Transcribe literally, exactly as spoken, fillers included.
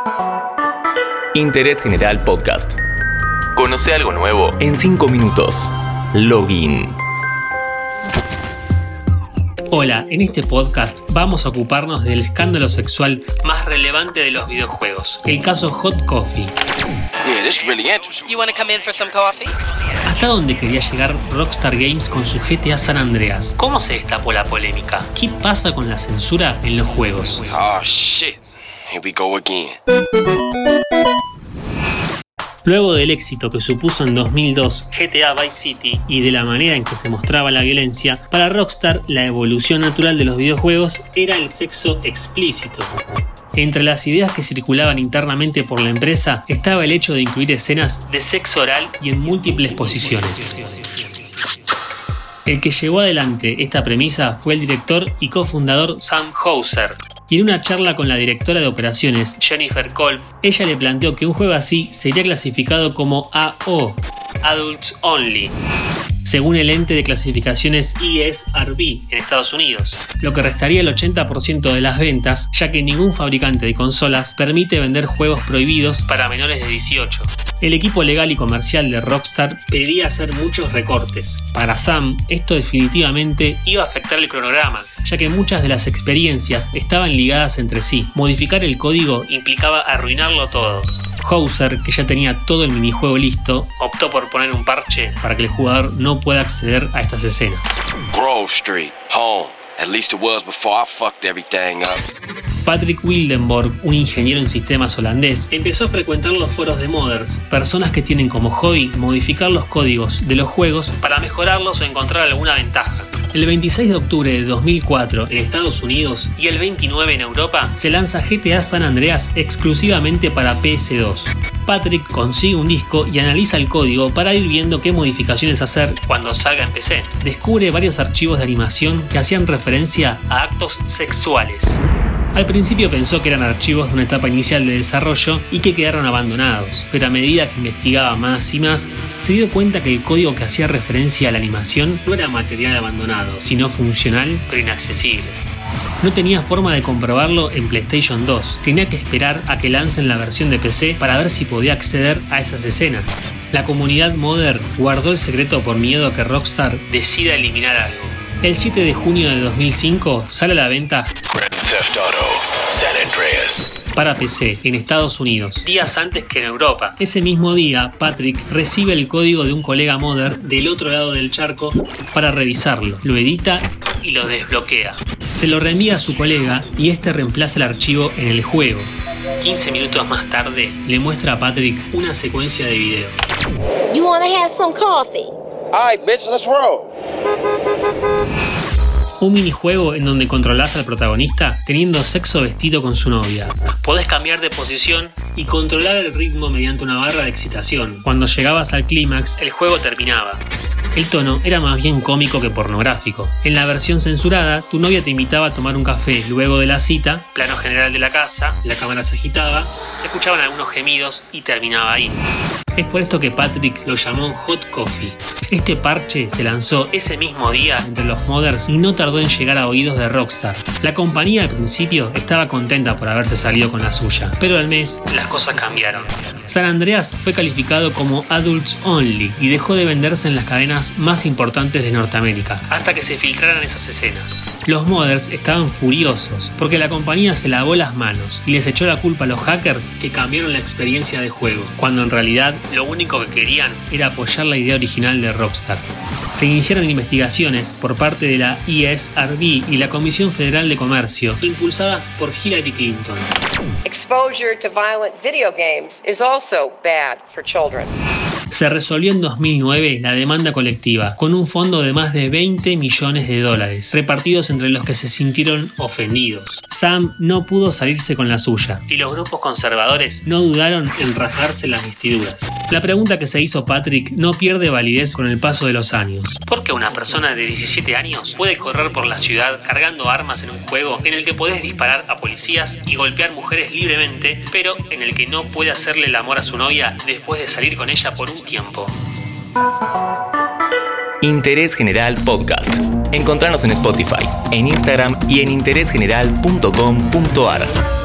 Interés General Podcast. Conoce algo nuevo en cinco minutos. Login. Hola, en este podcast vamos a ocuparnos del escándalo sexual más relevante de los videojuegos, el caso Hot Coffee. Yeah, this is really interesting. You want to come in for some coffee? ¿Hasta dónde quería llegar Rockstar Games con su G T A San Andreas? ¿Cómo se destapó la polémica? ¿Qué pasa con la censura en los juegos? Oh shit. Here we go again. Luego del éxito que supuso en dos mil dos G T A Vice City y de la manera en que se mostraba la violencia, para Rockstar la evolución natural de los videojuegos era el sexo explícito. Entre las ideas que circulaban internamente por la empresa estaba el hecho de incluir escenas de sexo oral y en múltiples posiciones. El que llevó adelante esta premisa fue el director y cofundador Sam Houser. Y en una charla con la directora de operaciones, Jennifer Kolb, ella le planteó que un juego así sería clasificado como A O, Adults Only, según el ente de clasificaciones E S R B en Estados Unidos, lo que restaría el ochenta por ciento de las ventas, ya que ningún fabricante de consolas permite vender juegos prohibidos para menores de dieciocho. El equipo legal y comercial de Rockstar pedía hacer muchos recortes. Para Sam, esto definitivamente iba a afectar el cronograma, ya que muchas de las experiencias estaban ligadas entre sí. Modificar el código implicaba arruinarlo todo. Houser, que ya tenía todo el minijuego listo, optó por poner un parche para que el jugador no pueda acceder a estas escenas. Grove Street, home. At least it was before I fucked everything up. Patrick Wildenborg, un ingeniero en sistemas holandés, empezó a frecuentar los foros de modders, personas que tienen como hobby modificar los códigos de los juegos para mejorarlos o encontrar alguna ventaja. El veintiséis de octubre de dos mil cuatro en Estados Unidos y el veintinueve en Europa se lanza G T A San Andreas exclusivamente para P S dos. Patrick consigue un disco y analiza el código para ir viendo qué modificaciones hacer cuando salga en P C. Descubre varios archivos de animación que hacían referencia a actos sexuales. Al principio pensó que eran archivos de una etapa inicial de desarrollo y que quedaron abandonados, pero a medida que investigaba más y más, se dio cuenta que el código que hacía referencia a la animación no era material abandonado, sino funcional pero inaccesible. No tenía forma de comprobarlo en PlayStation dos, tenía que esperar a que lancen la versión de P C para ver si podía acceder a esas escenas. La comunidad modder guardó el secreto por miedo a que Rockstar decida eliminar algo. El siete de junio de dos mil cinco sale a la venta Grand Theft Auto San Andreas para P C en Estados Unidos, días antes que en Europa. Ese mismo día, Patrick recibe el código de un colega modder del otro lado del charco para revisarlo, lo edita y lo desbloquea. Se lo reenvía a su colega y este reemplaza el archivo en el juego. quince minutos más tarde, le muestra a Patrick una secuencia de video. You wanna have some coffee? All right, bitch, let's roll. Un minijuego en donde controlás al protagonista teniendo sexo vestido con su novia. Podés cambiar de posición y controlar el ritmo mediante una barra de excitación. Cuando llegabas al clímax, el juego terminaba. El tono era más bien cómico que pornográfico. En la versión censurada, tu novia te invitaba a tomar un café luego de la cita, plano general de la casa, la cámara se agitaba, se escuchaban algunos gemidos y terminaba ahí. Es por esto que Patrick lo llamó Hot Coffee. Este parche se lanzó ese mismo día entre los modders y no tardó en llegar a oídos de Rockstar. La compañía al principio estaba contenta por haberse salido con la suya, pero al mes las cosas cambiaron. San Andreas fue calificado como Adults Only y dejó de venderse en las cadenas más importantes de Norteamérica, hasta que se filtraran esas escenas. Los modders estaban furiosos porque la compañía se lavó las manos y les echó la culpa a los hackers que cambiaron la experiencia de juego, cuando en realidad lo único que querían era apoyar la idea original de Rockstar. Se iniciaron investigaciones por parte de la E S R B y la Comisión Federal de Comercio, impulsadas por Hillary Clinton. Exposure to violent video games is also bad for children. Se resolvió en dos mil nueve la demanda colectiva, con un fondo de más de veinte millones de dólares, repartidos entre los que se sintieron ofendidos. Sam no pudo salirse con la suya, y los grupos conservadores no dudaron en rasgarse las vestiduras. La pregunta que se hizo Patrick no pierde validez con el paso de los años. ¿Por qué una persona de diecisiete años puede correr por la ciudad cargando armas en un juego en el que podés disparar a policías y golpear mujeres libremente, pero en el que no puede hacerle el amor a su novia después de salir con ella por un tiempo? Interés General Podcast. Encontranos en Spotify, en Instagram y en interés general punto com punto a r.